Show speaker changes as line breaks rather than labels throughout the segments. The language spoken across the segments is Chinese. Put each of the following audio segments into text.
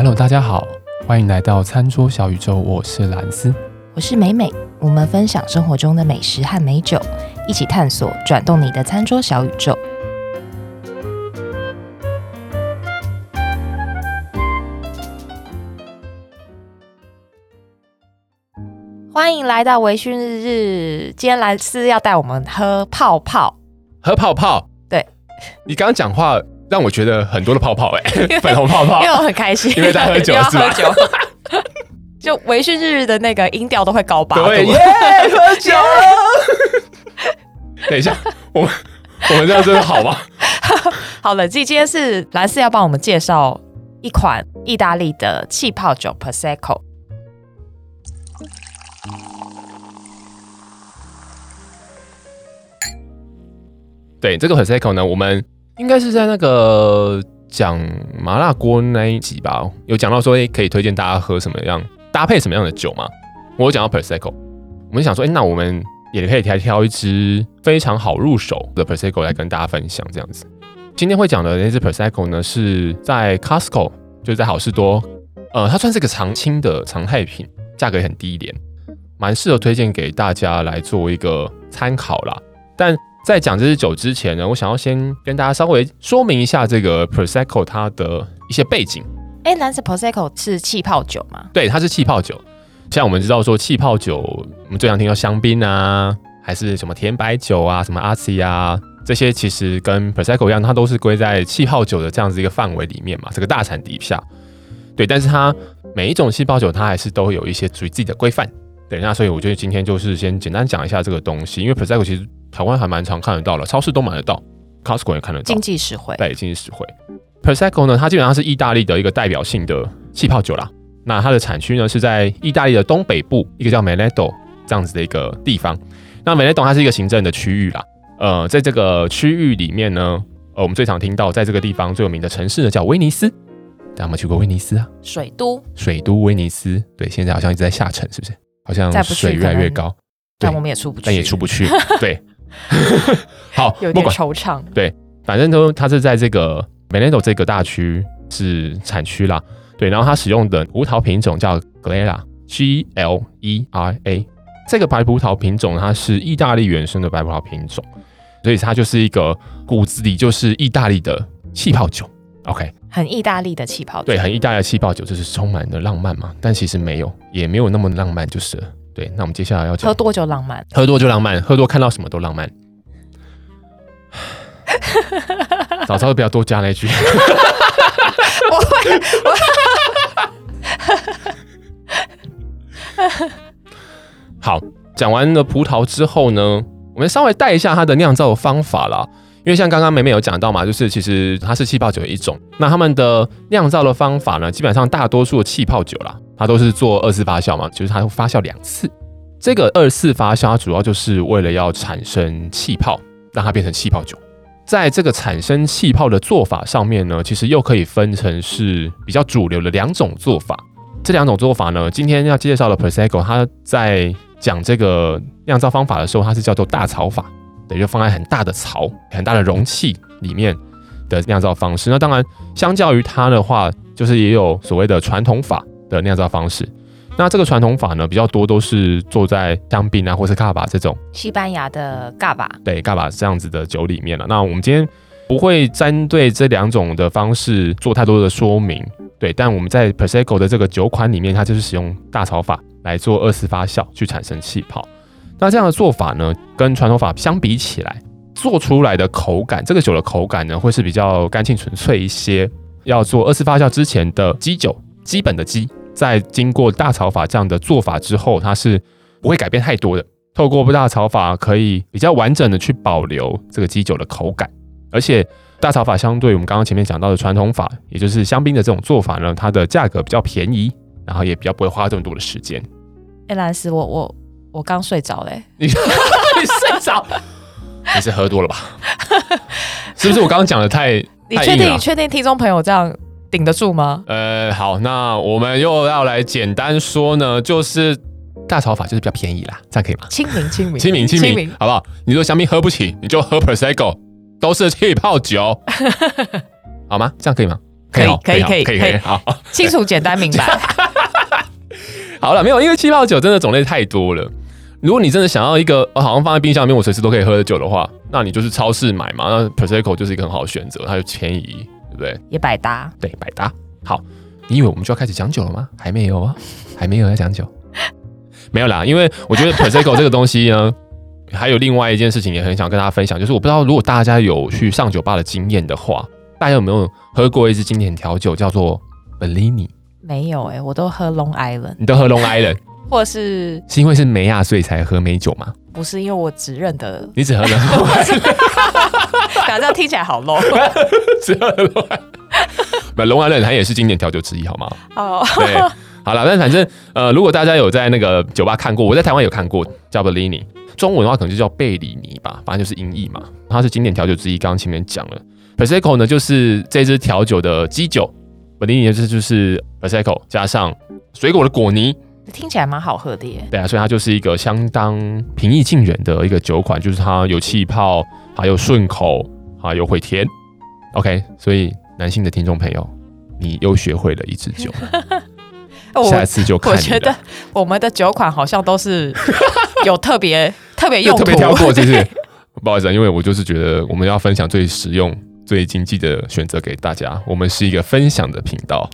Hello， 大家好，欢迎来到餐桌小宇宙，我是蓝斯，
我是美美。我们分享生活中的美食和美酒，一起探索转动你的餐桌小宇宙。欢迎来到微醺日日，今天蓝斯要带我们喝泡泡。
喝泡泡？
对，
你刚刚讲话让我觉得很多的泡泡粉红泡泡，
因为我很开心，
因为在喝酒是吧？
就微醺日日的那个音调都会高八度。
对耶，喝酒了。等一下，我们这样真的好吗？
好了，今天是蓝斯要帮我们介绍一款意大利的气泡酒 Prosecco。
对，这个 Prosecco 呢，我们应该是在那个讲麻辣锅那一集吧，有讲到说可以推荐大家喝什么样搭配什么样的酒嘛。我有讲到 Prosecco， 我们想说，那我们也可以挑一支非常好入手的 Prosecco 来跟大家分享这样子。今天会讲的那支 Prosecco 呢，是在 Costco， 就是在好事多，它算是个常青的常态品，价格也很低廉，蛮适合推荐给大家来做一个参考啦。但在讲这支酒之前呢，我想要先跟大家稍微说明一下这个 Prosecco 它的一些背景。
蓝斯 Prosecco 是气泡酒吗？
对，它是气泡酒。像我们知道说气泡酒，我们最常听到香槟啊，还是什么甜白酒啊，什么阿西啊，这些其实跟 Prosecco 一样，它都是归在气泡酒的这样子一个范围里面嘛，这个大产底下。对，但是它每一种气泡酒，它还是都有一些属于自己的规范。对，那所以我觉得今天就是先简单讲一下这个东西，因为 Prosecco 其实台湾还蛮常看得到了，超市都买得到 ，Costco 也看得到，
经济实惠。
对，经济实惠。Prosecco 呢，它基本上是意大利的一个代表性的气泡酒啦。那它的产区呢是在意大利的东北部，一个叫 Veneto 这样子的一个地方。那 Veneto 它是一个行政的区域啦。在这个区域里面呢，我们最常听到在这个地方最有名的城市呢叫威尼斯。大家有没有去过威尼斯啊？
水都
威尼斯。对，现在好像一直在下沉，是不是？好像水越来越高，
但我们也出不去，
但也出不去。对，好，
有点惆怅。
对，反正都它是在这个 Veneto 这个大区是产区啦。对，然后它使用的葡萄品种叫 Glera Glera， 这个白葡萄品种它是意大利原生的白葡萄品种，所以它就是一个骨子里就是意大利的气泡酒。OK，
很意大利的气泡酒。
对，很意大利的气泡酒，就是充满了浪漫嘛，但其实没有，也没有那么浪漫就是了。对，那我们接下来要讲
喝多就浪漫，
喝多就浪漫，喝多看到什么都浪漫。早知道不要多加那句。
我会。
好，讲完了葡萄之后呢，我们稍微带一下它的酿造的方法啦。因为像刚刚美美有讲到嘛，就是其实它是气泡酒的一种，那他们的酿造的方法呢，基本上大多数的气泡酒啦，它都是做2次发酵嘛，就是它会发酵2次。这个2次发酵，它主要就是为了要产生气泡，让它变成气泡酒。在这个产生气泡的做法上面呢，其实又可以分成是比较主流的2种做法。这2种做法呢，今天要介绍的 Prosecco， 它在讲这个酿造方法的时候，它是叫做大槽法。对，就放在很大的槽、很大的容器里面的酿造方式。那当然，相较于它的话，就是也有所谓的传统法的酿造方式。那这个传统法呢，比较多都是做在香槟啊，或是嘎巴这种
西班牙的嘎巴，
对，嘎巴这样子的酒里面了。那我们今天不会针对这2种的方式做太多的说明，对，但我们在 Prosecco 的这个酒款里面，它就是使用大槽法来做2次发酵去产生气泡。那这样的做法呢，跟传统法相比起来，做出来的口感，这个酒的口感呢，会是比较干净纯粹一些。要做2次发酵之前的基酒，基本的基，在经过大槽法这样的做法之后，它是不会改变太多的。透过大槽法可以比较完整的去保留这个基酒的口感，而且大槽法相对我们刚刚前面讲到的传统法，也就是香槟的这种做法呢，它的价格比较便宜，然后也比较不会花这么多的时间。
蓝斯，我刚睡着嘞，
你睡着？你是喝多了吧？是不是我刚刚讲的太
你确定听众朋友这样顶得住吗？
好，那我们又要来简单说呢，就是大槽法就是比较便宜啦，这样可以吗？
亲民，
好不好？你说香槟喝不起，你就喝 Prosecco， 都是气泡酒，好吗？这样可以吗？
可以，
好，
清楚、简单、明白。
好了，没有，因为气泡酒真的种类太多了。如果你真的想要一个好像放在冰箱里面我随时都可以喝的酒的话，那你就是超市买嘛。那 Prosecco 就是一个很好的选择，它又便宜，对不对？
也百搭。
对，百搭。好，你以为我们就要开始讲酒了吗？还没有啊，还没有要讲酒。没有啦，因为我觉得 Prosecco 这个东西呢，还有另外一件事情也很想跟大家分享，就是我不知道如果大家有去上酒吧的经验的话，大家有没有喝过一支经典调酒叫做 Bellini？
没有我都喝 Long Island。
你都喝 Long Island？
或是
因为是梅亚所以才喝美酒吗？
不是，因为我只认得。
你只喝了 Long Island？
这样听起来好 low。
只喝了 Long Island，Long Island 它也是经典调酒之一，好吗？
哦，
对，好了，但反正如果大家有在那个酒吧看过，我在台湾有看过，叫 Bellini， 中文的话可能就叫贝里尼吧，反正就是音译嘛。它是经典调酒之一，刚刚前面讲了。Prosecco 呢，就是这支调酒的基酒 ，Bellini 就是 Prosecco 加上水果的果泥。
听起来蛮好喝的耶。
对啊，所以它就是一个相当平易近人的一个酒款，就是它有气泡，还有顺口，还有会甜。OK， 所以男性的听众朋友，你又学会了一支酒，下一次就看你了。
我觉得我们的酒款好像都是有特别用途，
特别挑过，就是不好意思，因为我就是觉得我们要分享最实用、最经济的选择给大家，我们是一个分享的频道。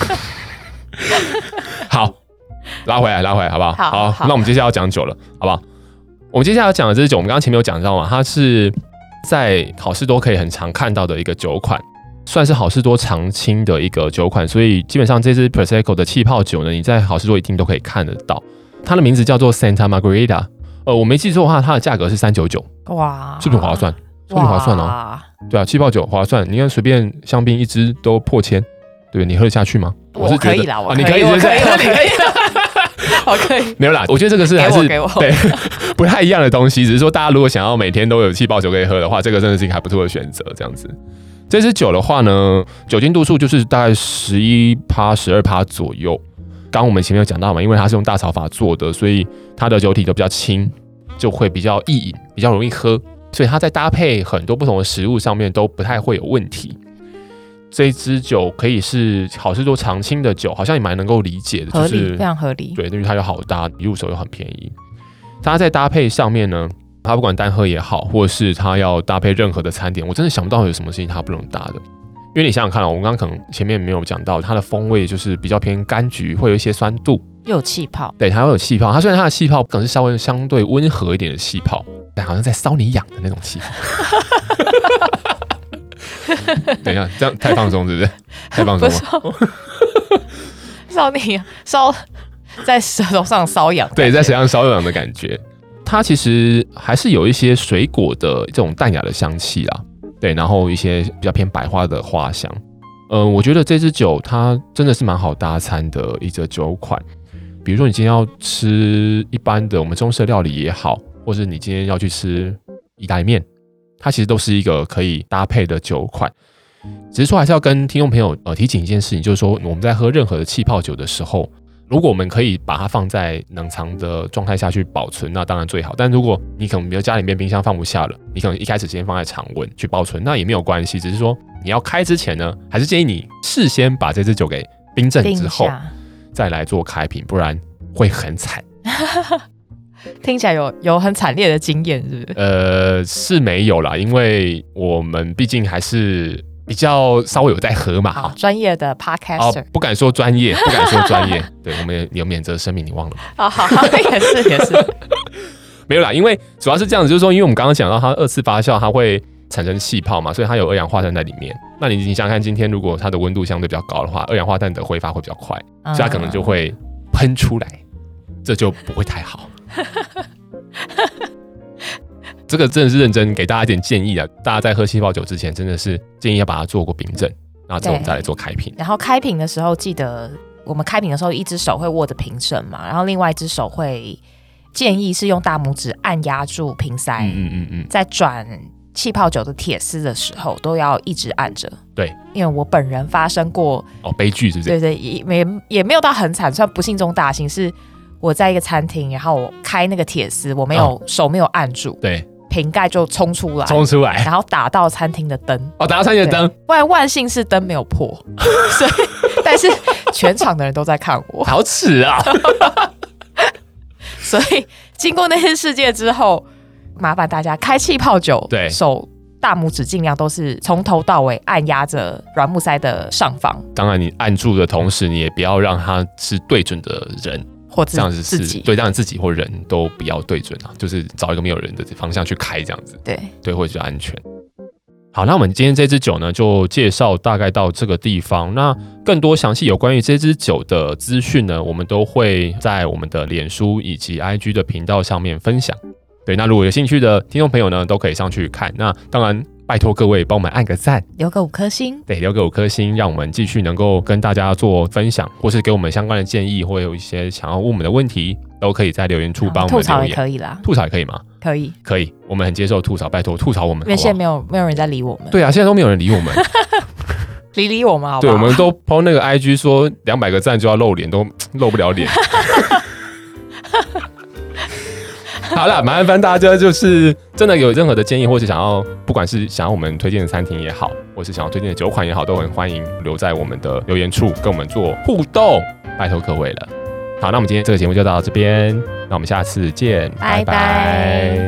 好。拉回来，好不好？好，那我们接下来要讲酒了，好不好？我们接下来要讲的这支酒，我们刚刚前面有讲到嘛，它是在好事多可以很常看到的一个酒款，算是好事多常青的一个酒款，所以基本上这支 Prosecco 的气泡酒呢，你在好事多一定都可以看得到。它的名字叫做 Santa Margherita， 我没记错的话，它的价格是399，哇，是不是很划算？超级划算哦！对啊，气泡酒划算，你看随便香槟一支都破千，对，你喝得下去吗？
我是可以啦，
你可以，你可以。
好，可以，
没有啦，我觉得这个是还是对不太一样的东西，只是说大家如果想要每天都有气泡酒可以喝的话，这个真的是一个还不错的选择。这样子，这支酒的话呢，酒精度数就是大概11%、12%左右。刚我们前面有讲到嘛，因为它是用大槽法做的，所以它的酒体都比较轻，就会比较易饮，比较容易喝，所以它在搭配很多不同的食物上面都不太会有问题。这一支酒可以是好事多常青的酒，好像也蛮能够理解的，
合理，非常合理。
对，因为它又好搭，入手又很便宜。它在搭配上面呢，它不管单喝也好，或者是它要搭配任何的餐点，我真的想不到有什么事情它不能搭的。因为你想想看我们刚刚可能前面没有讲到，它的风味就是比较偏柑橘，会有一些酸度，
又有气泡。
对，它会有气泡。它虽然它的气泡可能是稍微相对温和一点的气泡，但好像在搔你痒的那种气泡。等一下，这样太放松，是不是？太放松了。
搔你搔在舌头上瘙痒，
对，在舌头上瘙痒的感觉。它其实还是有一些水果的这种淡雅的香气啦，对，然后一些比较偏百花的花香。我觉得这支酒它真的是蛮好搭餐的一支酒款。比如说你今天要吃一般的我们中式料理也好，或是你今天要去吃意大利面，它其实都是一个可以搭配的酒款。只是说还是要跟听众朋友提醒一件事情，就是说我们在喝任何的气泡酒的时候，如果我们可以把它放在冷藏的状态下去保存，那当然最好。但如果你可能比如家里面冰箱放不下了，你可能一开始先放在常温去保存，那也没有关系。只是说你要开之前呢，还是建议你事先把这支酒给冰镇之后再来做开瓶，不然会很惨。
听起来有很惨烈的经验，是不是？
是没有啦，因为我们毕竟还是比较稍微有在喝嘛。
好，专业的 podcaster，
不敢说专业，不敢说专业。对，我们有免责声明，你忘了吗？
好，也是。
没有啦，因为主要是这样子，就是说，因为我们刚刚讲到它2次发酵，它会产生气泡嘛，所以它有二氧化碳在里面。那你想想看，今天如果它的温度相对比较高的话，二氧化碳的挥发会比较快，所以它可能就会喷出来，这就不会太好。这个真的是认真给大家一点建议啊！大家在喝气泡酒之前，真的是建议要把它做过冰镇，然后之后我们再来做开瓶。
然后开瓶的时候，记得我们开瓶的时候，一只手会握着瓶身嘛，然后另外一只手会建议是用大拇指按压住瓶塞，在转气泡酒的铁丝的时候，都要一直按着。对，因为我本人发生过
悲剧，是不是？
对，也没有到很惨，算不幸中大幸。是我在一个餐厅，然后我开那个铁丝，我没有手没有按住，
对。
瓶盖就冲出来，然后打到餐厅的灯。
打到餐厅的灯，
不然万幸是灯没有破，所以但是全场的人都在看我，
好耻啊！
所以经过那件事件之后，麻烦大家开气泡酒，
对，
手大拇指尽量都是从头到尾按压着软木塞的上方。
当然，你按住的同时，你也不要让它是对准的人，
或
这样子
自己，
对，让自己或人都不要对准啊，就是找一个没有人的方向去开，这样子，对，会比较安全。好，那我们今天这支酒呢，就介绍大概到这个地方。那更多详细有关于这支酒的资讯呢，我们都会在我们的脸书以及 IG 的频道上面分享。对，那如果有兴趣的听众朋友呢，都可以上去看。那当然，拜托各位帮我们按个赞，
留个5颗星，
对，留个5颗星，让我们继续能够跟大家做分享，或是给我们相关的建议，或有一些想要问我们的问题，都可以在留言处帮我们留言。
吐槽也可以啦，
吐槽也可以吗？
可以，
我们很接受吐槽，拜托吐槽我们好不好，
因为现在没有人在理我们。
对啊，现在都没有人理我们。
理我们好不好？
对，我们都 po 那个 IG 说200个赞就要露脸，都露不了脸。好了，麻烦大家就是真的有任何的建议，或是想要，不管是想要我们推荐的餐厅也好，或是想要推荐的酒款也好，都很欢迎留在我们的留言处跟我们做互动，拜托各位了。好，那我们今天这个节目就到这边，那我们下次见，拜拜。